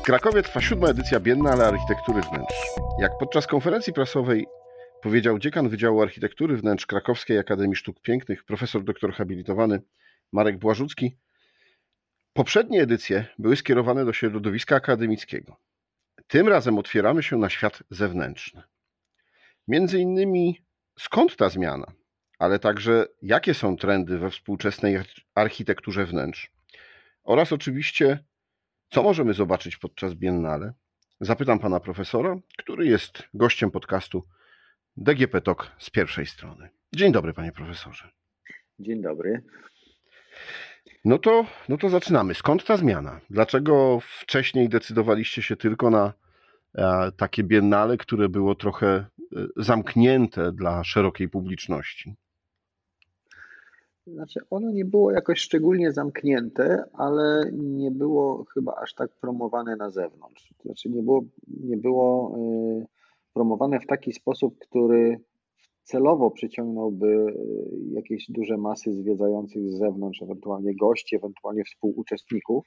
W Krakowie trwa 7. edycja Biennale Architektury Wnętrz. Jak podczas konferencji prasowej powiedział dziekan Wydziału Architektury Wnętrz Krakowskiej Akademii Sztuk Pięknych, profesor doktor habilitowany Marek Błażucki, poprzednie edycje były skierowane do środowiska akademickiego. Tym razem otwieramy się na świat zewnętrzny. Między innymi skąd ta zmiana, ale także jakie są trendy we współczesnej architekturze wnętrz oraz oczywiście co możemy zobaczyć podczas Biennale? Zapytam pana profesora, który jest gościem podcastu DGP Talk z pierwszej strony. Dzień dobry, panie profesorze. Dzień dobry. No to zaczynamy. Skąd ta zmiana? Dlaczego wcześniej decydowaliście się tylko na takie Biennale, które było trochę zamknięte dla szerokiej publiczności? Znaczy, ono nie było jakoś szczególnie zamknięte, ale nie było chyba aż tak promowane na zewnątrz. Znaczy, nie było promowane w taki sposób, który celowo przyciągnąłby jakieś duże masy zwiedzających z zewnątrz, ewentualnie gości, ewentualnie współuczestników,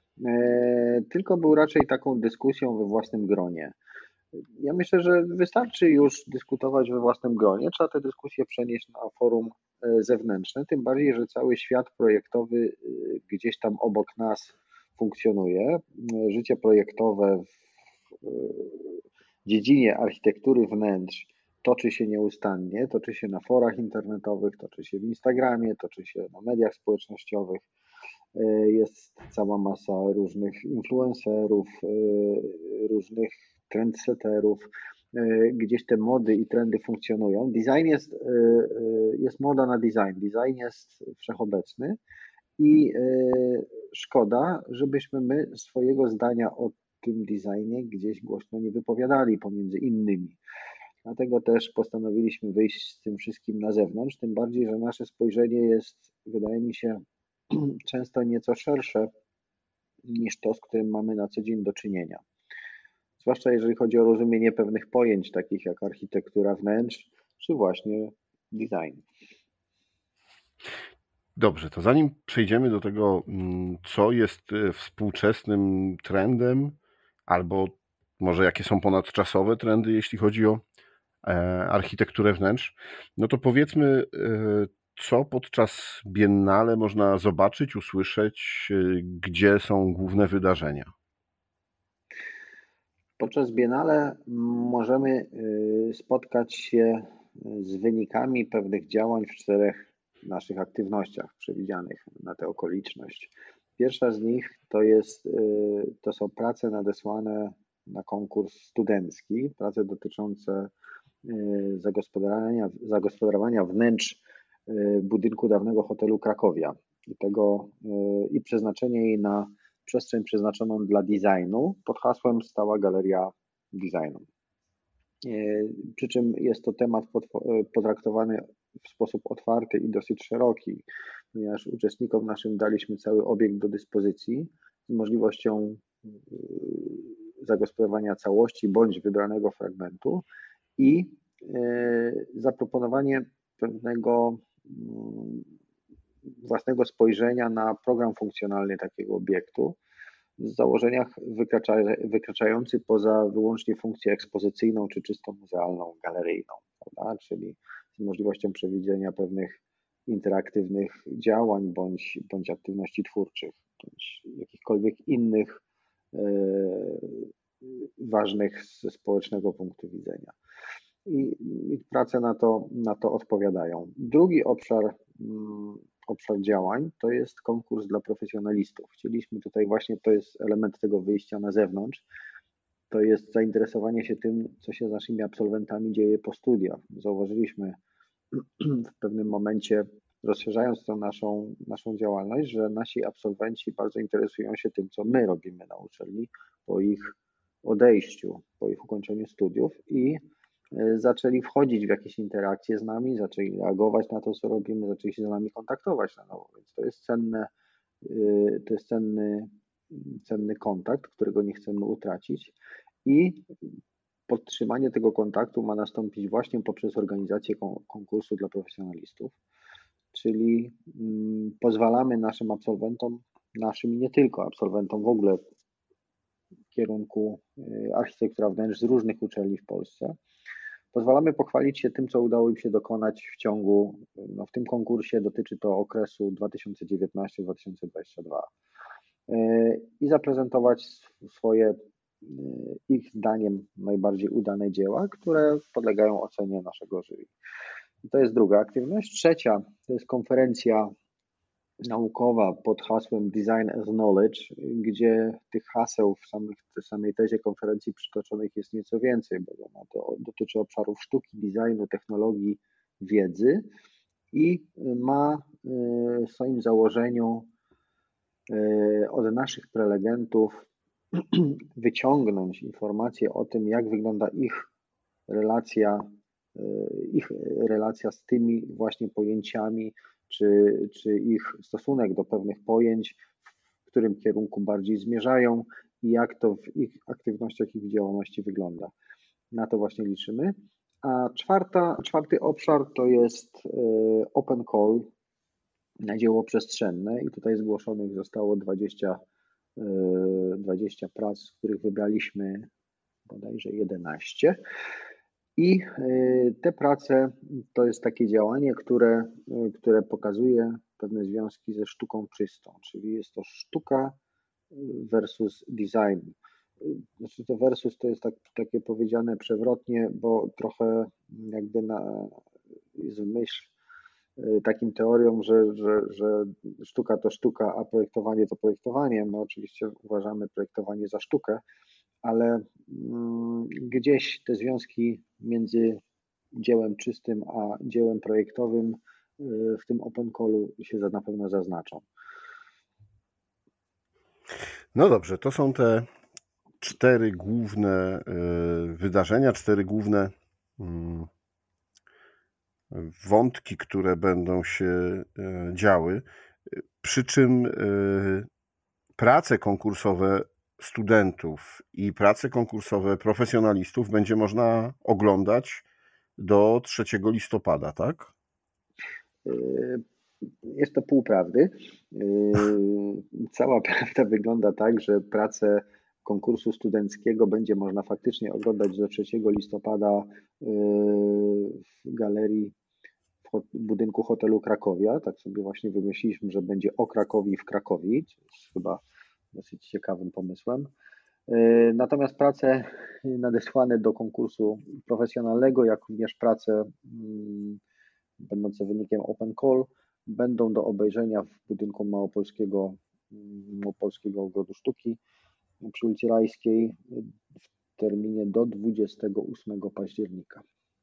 tylko był raczej taką dyskusją we własnym gronie. Ja myślę, że wystarczy już dyskutować we własnym gronie, trzeba tę dyskusję przenieść na forum zewnętrzne, tym bardziej, że cały świat projektowy gdzieś tam obok nas funkcjonuje. Życie projektowe w dziedzinie architektury wnętrz toczy się nieustannie, toczy się na forach internetowych, toczy się w Instagramie, toczy się na mediach społecznościowych. Jest cała masa różnych influencerów, różnych trendsetterów, gdzieś te mody i trendy funkcjonują. Design jest moda na design. Design jest wszechobecny i szkoda, żebyśmy my swojego zdania o tym designie gdzieś głośno nie wypowiadali pomiędzy innymi. Dlatego też postanowiliśmy wyjść z tym wszystkim na zewnątrz, tym bardziej, że nasze spojrzenie jest, wydaje mi się, często nieco szersze niż to, z którym mamy na co dzień do czynienia. Zwłaszcza jeżeli chodzi o rozumienie pewnych pojęć, takich jak architektura wnętrz, czy właśnie design. Dobrze, to zanim przejdziemy do tego, co jest współczesnym trendem, albo może jakie są ponadczasowe trendy, jeśli chodzi o architekturę wnętrz, no to powiedzmy, co podczas Biennale można zobaczyć, usłyszeć, gdzie są główne wydarzenia? Podczas Biennale możemy spotkać się z wynikami pewnych działań w 4 naszych aktywnościach przewidzianych na tę okoliczność. Pierwsza z nich to są prace nadesłane na konkurs studencki, prace dotyczące zagospodarowania wnętrz budynku dawnego hotelu Krakowia i przeznaczenie jej na przestrzeń przeznaczoną dla designu pod hasłem Stała Galeria Designu. Przy czym jest to temat potraktowany w sposób otwarty i dosyć szeroki, ponieważ uczestnikom naszym daliśmy cały obiekt do dyspozycji z możliwością zagospodarowania całości bądź wybranego fragmentu i zaproponowanie pewnego własnego spojrzenia na program funkcjonalny takiego obiektu w założeniach wykraczający poza wyłącznie funkcję ekspozycyjną czy czysto muzealną, galeryjną, prawda? Czyli z możliwością przewidzenia pewnych interaktywnych działań bądź aktywności twórczych, bądź jakichkolwiek innych ważnych ze społecznego punktu widzenia. I prace na to odpowiadają. Drugi obszar działań to jest konkurs dla profesjonalistów. Chcieliśmy tutaj właśnie, to jest element tego wyjścia na zewnątrz, to jest zainteresowanie się tym, co się z naszymi absolwentami dzieje po studiach. Zauważyliśmy w pewnym momencie, rozszerzając tę naszą działalność, że nasi absolwenci bardzo interesują się tym, co my robimy na uczelni po ich odejściu, po ich ukończeniu studiów i zaczęli wchodzić w jakieś interakcje z nami, zaczęli reagować na to, co robimy, zaczęli się z nami kontaktować na nowo, więc to jest cenny kontakt, którego nie chcemy utracić i podtrzymanie tego kontaktu ma nastąpić właśnie poprzez organizację konkursu dla profesjonalistów, czyli pozwalamy naszym absolwentom, naszym i nie tylko absolwentom w ogóle kierunku architektura wnętrz z różnych uczelni w Polsce. Pozwalamy pochwalić się tym, co udało im się dokonać w ciągu, w tym konkursie dotyczy to okresu 2019-2022 i zaprezentować swoje, ich zdaniem, najbardziej udane dzieła, które podlegają ocenie naszego jury. I to jest druga aktywność. Trzecia to jest konferencja naukowa pod hasłem Design as Knowledge, gdzie tych haseł w samej tezie konferencji przytoczonych jest nieco więcej, bo ona to dotyczy obszarów sztuki, designu, technologii, wiedzy i ma w swoim założeniu od naszych prelegentów wyciągnąć informacje o tym, jak wygląda ich relacja z tymi właśnie pojęciami, czy ich stosunek do pewnych pojęć, w którym kierunku bardziej zmierzają i jak to w ich aktywnościach i w działalności wygląda. Na to właśnie liczymy. A czwarty obszar to jest open call na dzieło przestrzenne i tutaj zgłoszonych zostało 20 prac, z których wybraliśmy bodajże 11. I te prace to jest takie działanie, które pokazuje pewne związki ze sztuką czystą, czyli jest to sztuka versus design. Znaczy to versus to jest takie powiedziane przewrotnie, bo trochę jakby jest w myśl takim teorią, że sztuka to sztuka, a projektowanie to projektowanie. My oczywiście uważamy projektowanie za sztukę, ale gdzieś te związki między dziełem czystym a dziełem projektowym w tym open callu się na pewno zaznaczą. No dobrze, to są te 4 główne wydarzenia, 4 główne wątki, które będą się działy, przy czym prace konkursowe studentów i prace konkursowe profesjonalistów będzie można oglądać do 3 listopada, tak? Jest to pół prawdy. Cała prawda wygląda tak, że pracę konkursu studenckiego będzie można faktycznie oglądać do 3 listopada w galerii w budynku hotelu Krakowia. Tak sobie właśnie wymyśliliśmy, że będzie o Krakowi w Krakowi, co jest chyba dosyć ciekawym pomysłem. Natomiast prace nadesłane do konkursu profesjonalnego, jak również prace będące wynikiem Open Call będą do obejrzenia w budynku Małopolskiego Ogrodu Sztuki przy ulicy Rajskiej w terminie do 28 października.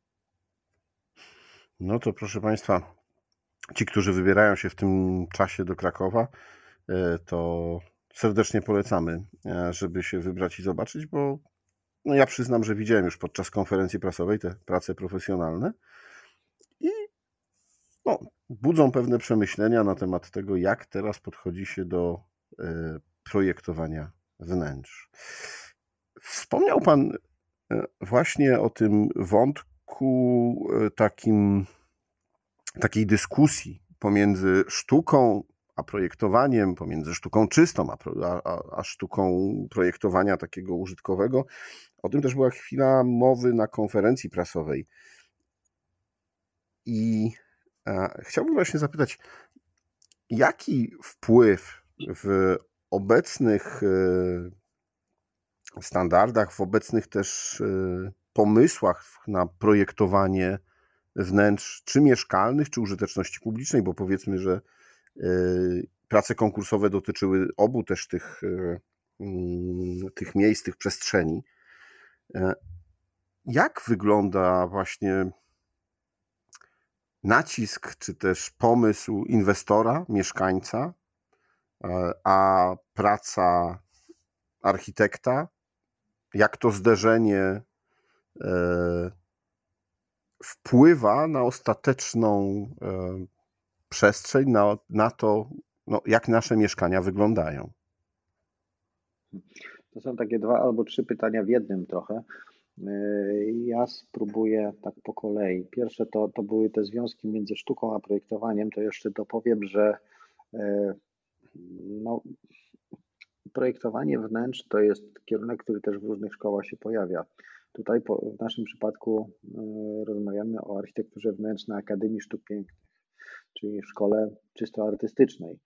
No to proszę Państwa, ci, którzy wybierają się w tym czasie do Krakowa, to serdecznie polecamy, żeby się wybrać i zobaczyć, bo no ja przyznam, że widziałem już podczas konferencji prasowej te prace profesjonalne i no, budzą pewne przemyślenia na temat tego, jak teraz podchodzi się do projektowania wnętrz. Wspomniał Pan właśnie o tym wątku takiej dyskusji pomiędzy sztuką a projektowaniem, pomiędzy sztuką czystą a sztuką projektowania takiego użytkowego. O tym też była chwila mowy na konferencji prasowej. I chciałbym właśnie zapytać, jaki wpływ w obecnych standardach, w obecnych też pomysłach na projektowanie wnętrz, czy mieszkalnych, czy użyteczności publicznej, bo powiedzmy, że prace konkursowe dotyczyły obu też tych miejsc, tych przestrzeni. Jak wygląda właśnie nacisk, czy też pomysł inwestora, mieszkańca, a praca architekta? Jak to zderzenie wpływa na ostateczną przestrzeń, na to, no, jak nasze mieszkania wyglądają? To są takie 2 albo 3 pytania w jednym trochę. Ja spróbuję tak po kolei. Pierwsze to były te związki między sztuką a projektowaniem. To jeszcze dopowiem, że no, projektowanie wnętrz to jest kierunek, który też w różnych szkołach się pojawia. Tutaj w naszym przypadku rozmawiamy o architekturze wnętrz na Akademii Sztuk Pięknych, czyli w szkole czysto artystycznej,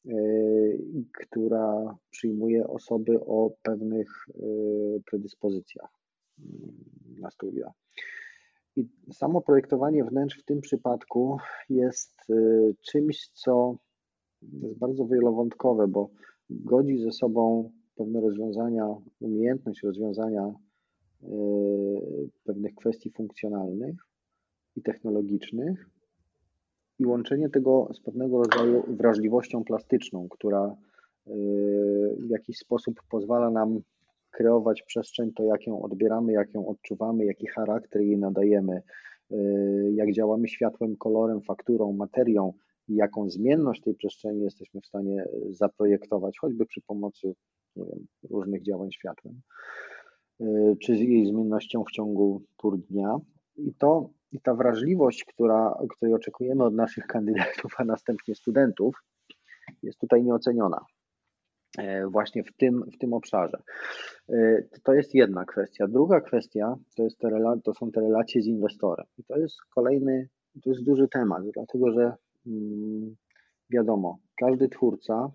która przyjmuje osoby o pewnych predyspozycjach na studia. I samo projektowanie wnętrz w tym przypadku jest czymś, co jest bardzo wielowątkowe, bo godzi ze sobą pewne rozwiązania, umiejętność rozwiązania pewnych kwestii funkcjonalnych i technologicznych i łączenie tego z pewnego rodzaju wrażliwością plastyczną, która w jakiś sposób pozwala nam kreować przestrzeń, to jak ją odbieramy, jak ją odczuwamy, jaki charakter jej nadajemy, jak działamy światłem, kolorem, fakturą, materią i jaką zmienność tej przestrzeni jesteśmy w stanie zaprojektować, choćby przy pomocy, nie wiem, różnych działań światłem, czy z jej zmiennością w ciągu pór dnia. I ta wrażliwość, której oczekujemy od naszych kandydatów, a następnie studentów, jest tutaj nieoceniona właśnie w tym obszarze. To jest jedna kwestia. Druga kwestia to są te relacje z inwestorem. I to jest duży temat, dlatego że wiadomo, każdy twórca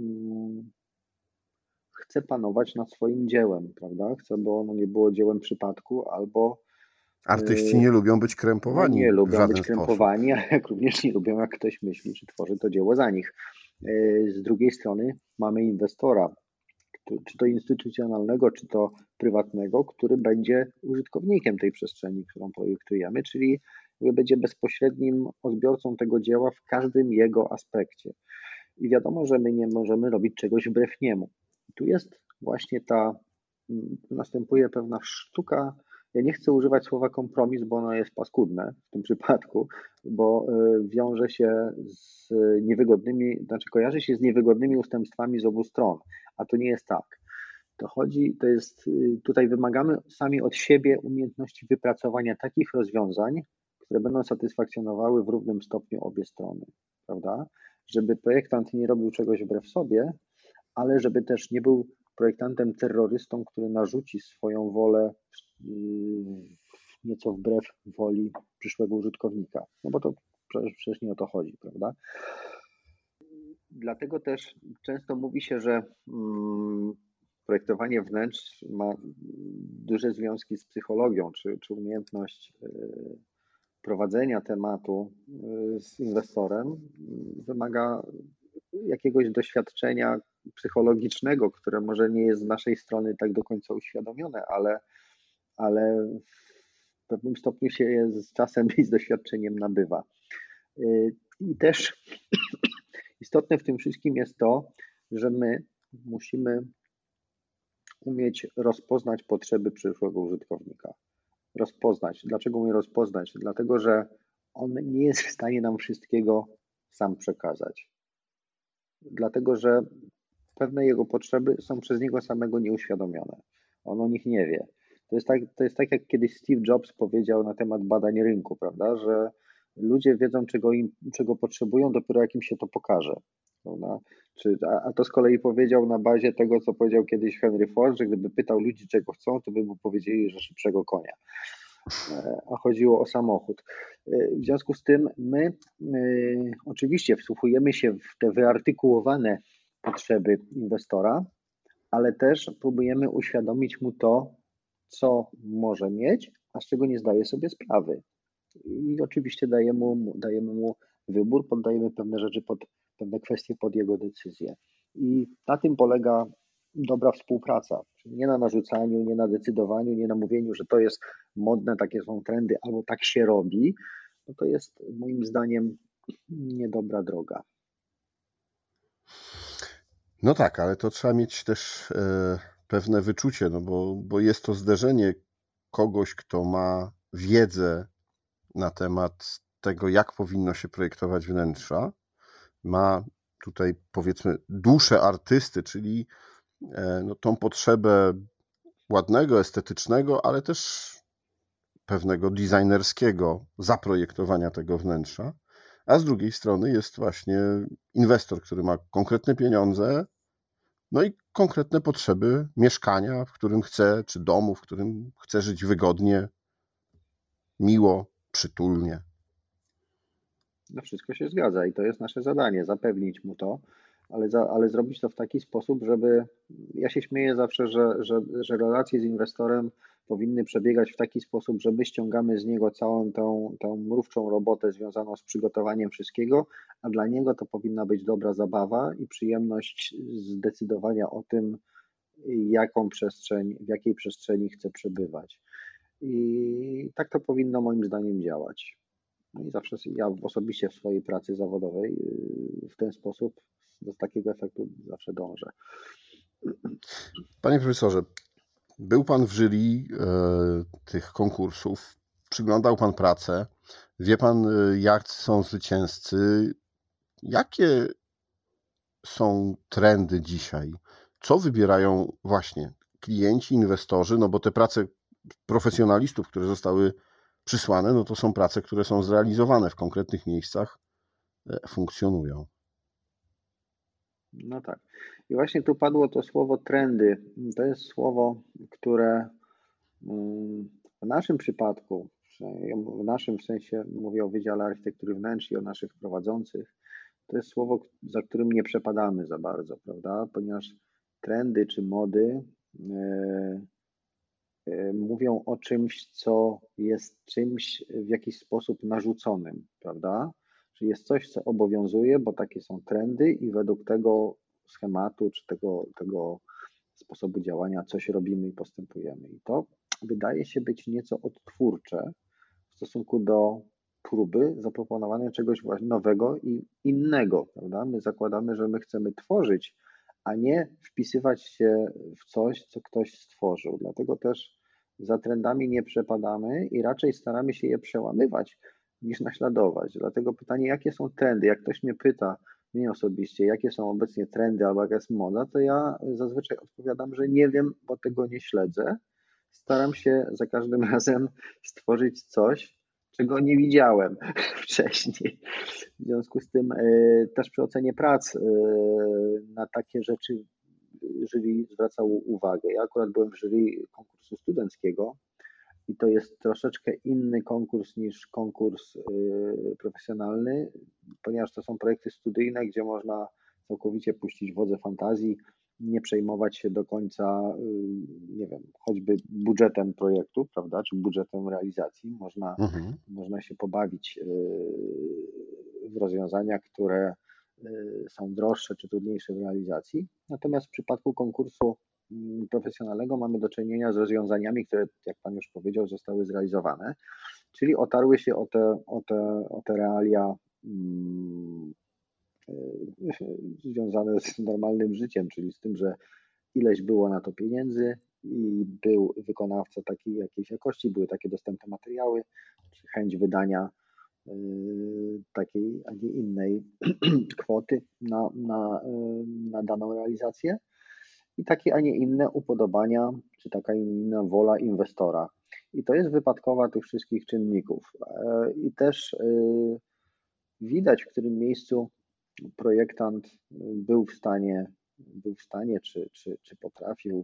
chce panować nad swoim dziełem, prawda? Chce, by ono nie było dziełem przypadku, albo artyści nie lubią być krępowani. Nie w lubią żaden być krępowani, a jak również nie lubią, jak ktoś myśli, czy tworzy to dzieło za nich. Z drugiej strony mamy inwestora, czy to instytucjonalnego, czy to prywatnego, który będzie użytkownikiem tej przestrzeni, którą projektujemy, czyli będzie bezpośrednim odbiorcą tego dzieła w każdym jego aspekcie. I wiadomo, że my nie możemy robić czegoś wbrew niemu. Tu jest właśnie następuje pewna sztuka. Ja nie chcę używać słowa kompromis, bo ono jest paskudne w tym przypadku, bo wiąże się z kojarzy się z niewygodnymi ustępstwami z obu stron, a to nie jest tak. Tutaj wymagamy sami od siebie umiejętności wypracowania takich rozwiązań, które będą satysfakcjonowały w równym stopniu obie strony, prawda? Żeby projektant nie robił czegoś wbrew sobie, ale żeby też nie był projektantem terrorystą, który narzuci swoją wolę nieco wbrew woli przyszłego użytkownika. No bo to przecież nie o to chodzi, prawda? Dlatego też często mówi się, że projektowanie wnętrz ma duże związki z psychologią, czy umiejętność prowadzenia tematu z inwestorem wymaga jakiegoś doświadczenia psychologicznego, które może nie jest z naszej strony tak do końca uświadomione, ale w pewnym stopniu się je z czasem i z doświadczeniem nabywa. I też istotne w tym wszystkim jest to, że my musimy umieć rozpoznać potrzeby przyszłego użytkownika. Rozpoznać. Dlaczego mówię rozpoznać? Dlatego, że on nie jest w stanie nam wszystkiego sam przekazać. Dlatego, że pewne jego potrzeby są przez niego samego nieuświadomione. On o nich nie wie. To jest tak, jak kiedyś Steve Jobs powiedział na temat badań rynku, prawda, że ludzie wiedzą, czego potrzebują, dopiero jak im się to pokaże. Prawda? A to z kolei powiedział na bazie tego, co powiedział kiedyś Henry Ford, że gdyby pytał ludzi, czego chcą, to by mu powiedzieli, że szybszego konia. A chodziło o samochód. W związku z tym my oczywiście wsłuchujemy się w te wyartykułowane potrzeby inwestora, ale też próbujemy uświadomić mu to, co może mieć, a z czego nie zdaje sobie sprawy. I oczywiście dajemy mu wybór, poddajemy pewne rzeczy pewne kwestie pod jego decyzję. I na tym polega dobra współpraca. Czyli nie na narzucaniu, nie na decydowaniu, nie na mówieniu, że to jest modne, takie są trendy, albo tak się robi. No to jest moim zdaniem niedobra droga. No tak, ale to trzeba mieć też pewne wyczucie, no bo jest to zderzenie kogoś, kto ma wiedzę na temat tego, jak powinno się projektować wnętrza, ma tutaj powiedzmy duszę artysty, czyli tą potrzebę ładnego, estetycznego, ale też pewnego designerskiego zaprojektowania tego wnętrza, a z drugiej strony jest właśnie inwestor, który ma konkretne pieniądze, no i konkretne potrzeby mieszkania, w którym chce, czy domu, w którym chce żyć wygodnie, miło, przytulnie. No wszystko się zgadza i to jest nasze zadanie, zapewnić mu to, ale zrobić to w taki sposób, żeby. Ja się śmieję zawsze, że relacje z inwestorem powinny przebiegać w taki sposób, że my ściągamy z niego całą tą mrówczą robotę związaną z przygotowaniem wszystkiego, a dla niego to powinna być dobra zabawa i przyjemność zdecydowania o tym, w jakiej przestrzeni chce przebywać. I tak to powinno moim zdaniem działać. No i zawsze ja osobiście w swojej pracy zawodowej w ten sposób do takiego efektu zawsze dążę. Panie profesorze, był pan w jury tych konkursów, przyglądał pan pracę, wie pan, jak są zwycięzcy. Jakie są trendy dzisiaj? Co wybierają właśnie klienci, inwestorzy? No bo te prace profesjonalistów, które zostały przysłane, no to są prace, które są zrealizowane w konkretnych miejscach, funkcjonują. No tak. I właśnie tu padło to słowo trendy. To jest słowo, które w naszym przypadku, w naszym sensie mówię o Wydziale Architektury Wnętrz i o naszych prowadzących, to jest słowo, za którym nie przepadamy za bardzo, prawda? Ponieważ trendy czy mody mówią o czymś, co jest czymś w jakiś sposób narzuconym, prawda? Czyli jest coś, co obowiązuje, bo takie są trendy i według tego schematu czy tego sposobu działania coś robimy i postępujemy. I to wydaje się być nieco odtwórcze w stosunku do próby zaproponowania czegoś właśnie nowego i innego, prawda? My zakładamy, że my chcemy tworzyć, a nie wpisywać się w coś, co ktoś stworzył. Dlatego też za trendami nie przepadamy i raczej staramy się je przełamywać niż naśladować. Dlatego pytanie, jakie są trendy? Jak ktoś mnie pyta, mnie osobiście, jakie są obecnie trendy albo jaka jest moda, to ja zazwyczaj odpowiadam, że nie wiem, bo tego nie śledzę. Staram się za każdym razem stworzyć coś, czego nie widziałem wcześniej. W związku z tym też przy ocenie prac na takie rzeczy jury zwracało uwagę. Ja akurat byłem w jury konkursu studenckiego i to jest troszeczkę inny konkurs niż konkurs profesjonalny, ponieważ to są projekty studyjne, gdzie można całkowicie puścić wodze fantazji, nie przejmować się do końca, nie wiem, choćby budżetem projektu, prawda, czy budżetem realizacji. Można się pobawić w rozwiązania, które są droższe czy trudniejsze w realizacji. Natomiast w przypadku konkursu profesjonalnego mamy do czynienia z rozwiązaniami, które, jak Pan już powiedział, zostały zrealizowane, czyli otarły się o te realia związane z normalnym życiem, czyli z tym, że ileś było na to pieniędzy i był wykonawca takiej jakiejś jakości, były takie dostępne materiały, czy chęć wydania takiej, a nie innej kwoty na daną realizację i takie, a nie inne upodobania, czy taka, a nie inna wola inwestora. I to jest wypadkowa tych wszystkich czynników. I też widać, w którym miejscu projektant był w stanie czy potrafił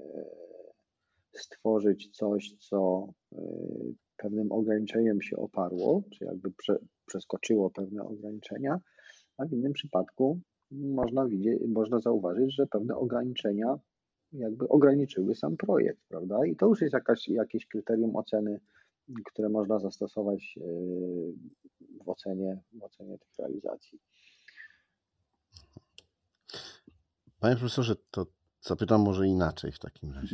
stworzyć coś, co pewnym ograniczeniem się oparło, czy jakby przeskoczyło pewne ograniczenia, a w innym przypadku można zauważyć, że pewne ograniczenia jakby ograniczyły sam projekt, prawda? I to już jest jakieś kryterium oceny, które można zastosować w ocenie tych realizacji. Panie profesorze, to zapytam może inaczej w takim razie.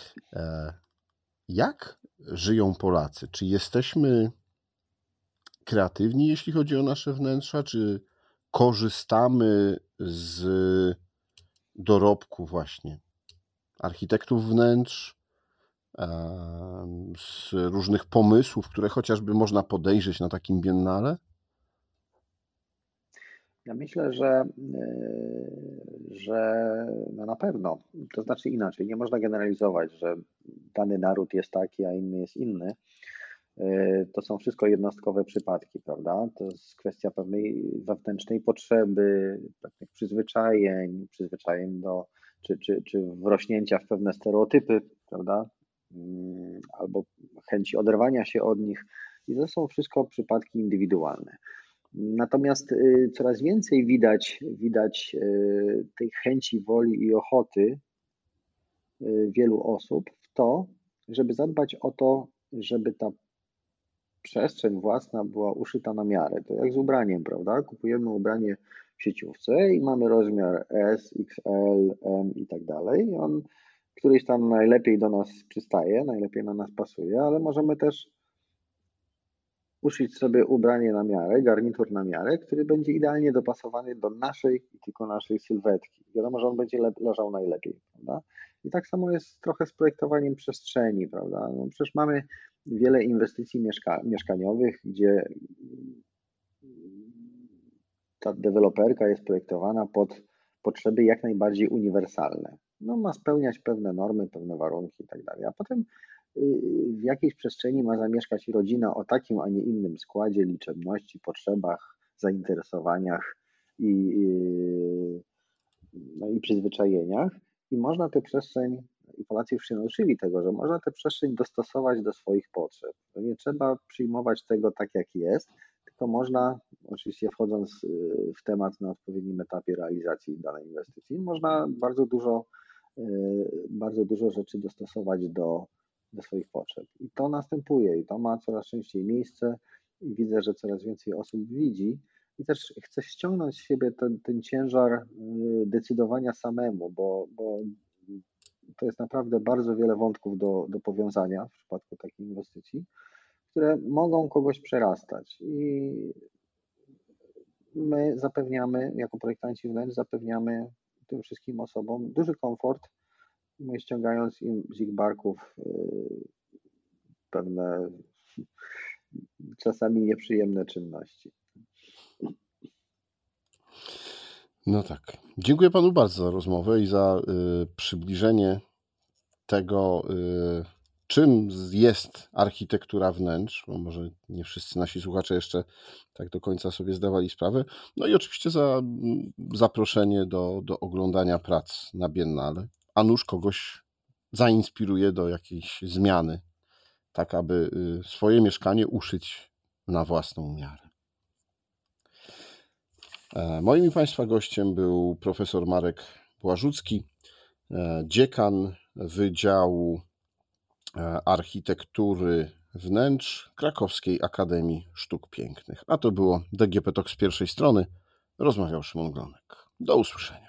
Jak żyją Polacy? Czy jesteśmy kreatywni, jeśli chodzi o nasze wnętrza? Czy korzystamy z dorobku właśnie architektów wnętrz, z różnych pomysłów, które chociażby można podejrzeć na takim biennale? Ja myślę, że no na pewno, to znaczy inaczej, nie można generalizować, że dany naród jest taki, a inny jest inny. To są wszystko jednostkowe przypadki, prawda? To jest kwestia pewnej wewnętrznej potrzeby, pewnych przyzwyczajeń czy wrośnięcia w pewne stereotypy, prawda? Albo chęci oderwania się od nich. I to są wszystko przypadki indywidualne. Natomiast coraz więcej widać tej chęci, woli i ochoty wielu osób w to, żeby zadbać o to, żeby ta przestrzeń własna była uszyta na miarę. To jak z ubraniem, prawda? Kupujemy ubranie w sieciówce i mamy rozmiar S, XL, M i tak dalej. On któryś tam najlepiej do nas przystaje, najlepiej na nas pasuje, ale możemy też uszyć sobie ubranie na miarę, garnitur na miarę, który będzie idealnie dopasowany do naszej i tylko naszej sylwetki. Wiadomo, że on będzie leżał najlepiej, prawda? I tak samo jest trochę z projektowaniem przestrzeni, prawda? No przecież mamy wiele inwestycji mieszkaniowych, gdzie ta deweloperka jest projektowana pod potrzeby jak najbardziej uniwersalne. No, ma spełniać pewne normy, pewne warunki i tak dalej. A potem w jakiejś przestrzeni ma zamieszkać rodzina o takim, a nie innym składzie, liczebności, potrzebach, zainteresowaniach no i przyzwyczajeniach. I można tę przestrzeń, i Polacy już się nauczyli tego, że można tę przestrzeń dostosować do swoich potrzeb. To nie trzeba przyjmować tego tak, jak jest, tylko można, oczywiście wchodząc w temat na odpowiednim etapie realizacji danej inwestycji, można bardzo dużo rzeczy dostosować do swoich potrzeb. I to następuje i to ma coraz częściej miejsce i widzę, że coraz więcej osób widzi i też chce ściągnąć z siebie ten ciężar decydowania samemu, bo to jest naprawdę bardzo wiele wątków do powiązania w przypadku takiej inwestycji, które mogą kogoś przerastać i my zapewniamy, jako projektanci wnętrz, zapewniamy tym wszystkim osobom duży komfort, ściągając im z ich barków pewne czasami nieprzyjemne czynności. No tak. Dziękuję panu bardzo za rozmowę i za przybliżenie tego, czym jest architektura wnętrz, bo może nie wszyscy nasi słuchacze jeszcze tak do końca sobie zdawali sprawę. No i oczywiście za zaproszenie do oglądania prac na Biennale, a nuż kogoś zainspiruje do jakiejś zmiany, tak aby swoje mieszkanie uszyć na własną miarę. Moim i Państwa gościem był profesor Marek Błażucki, dziekan Wydziału Architektury Wnętrz Krakowskiej Akademii Sztuk Pięknych. A to było DGP Talk z pierwszej strony. Rozmawiał Szymon Glonek. Do usłyszenia.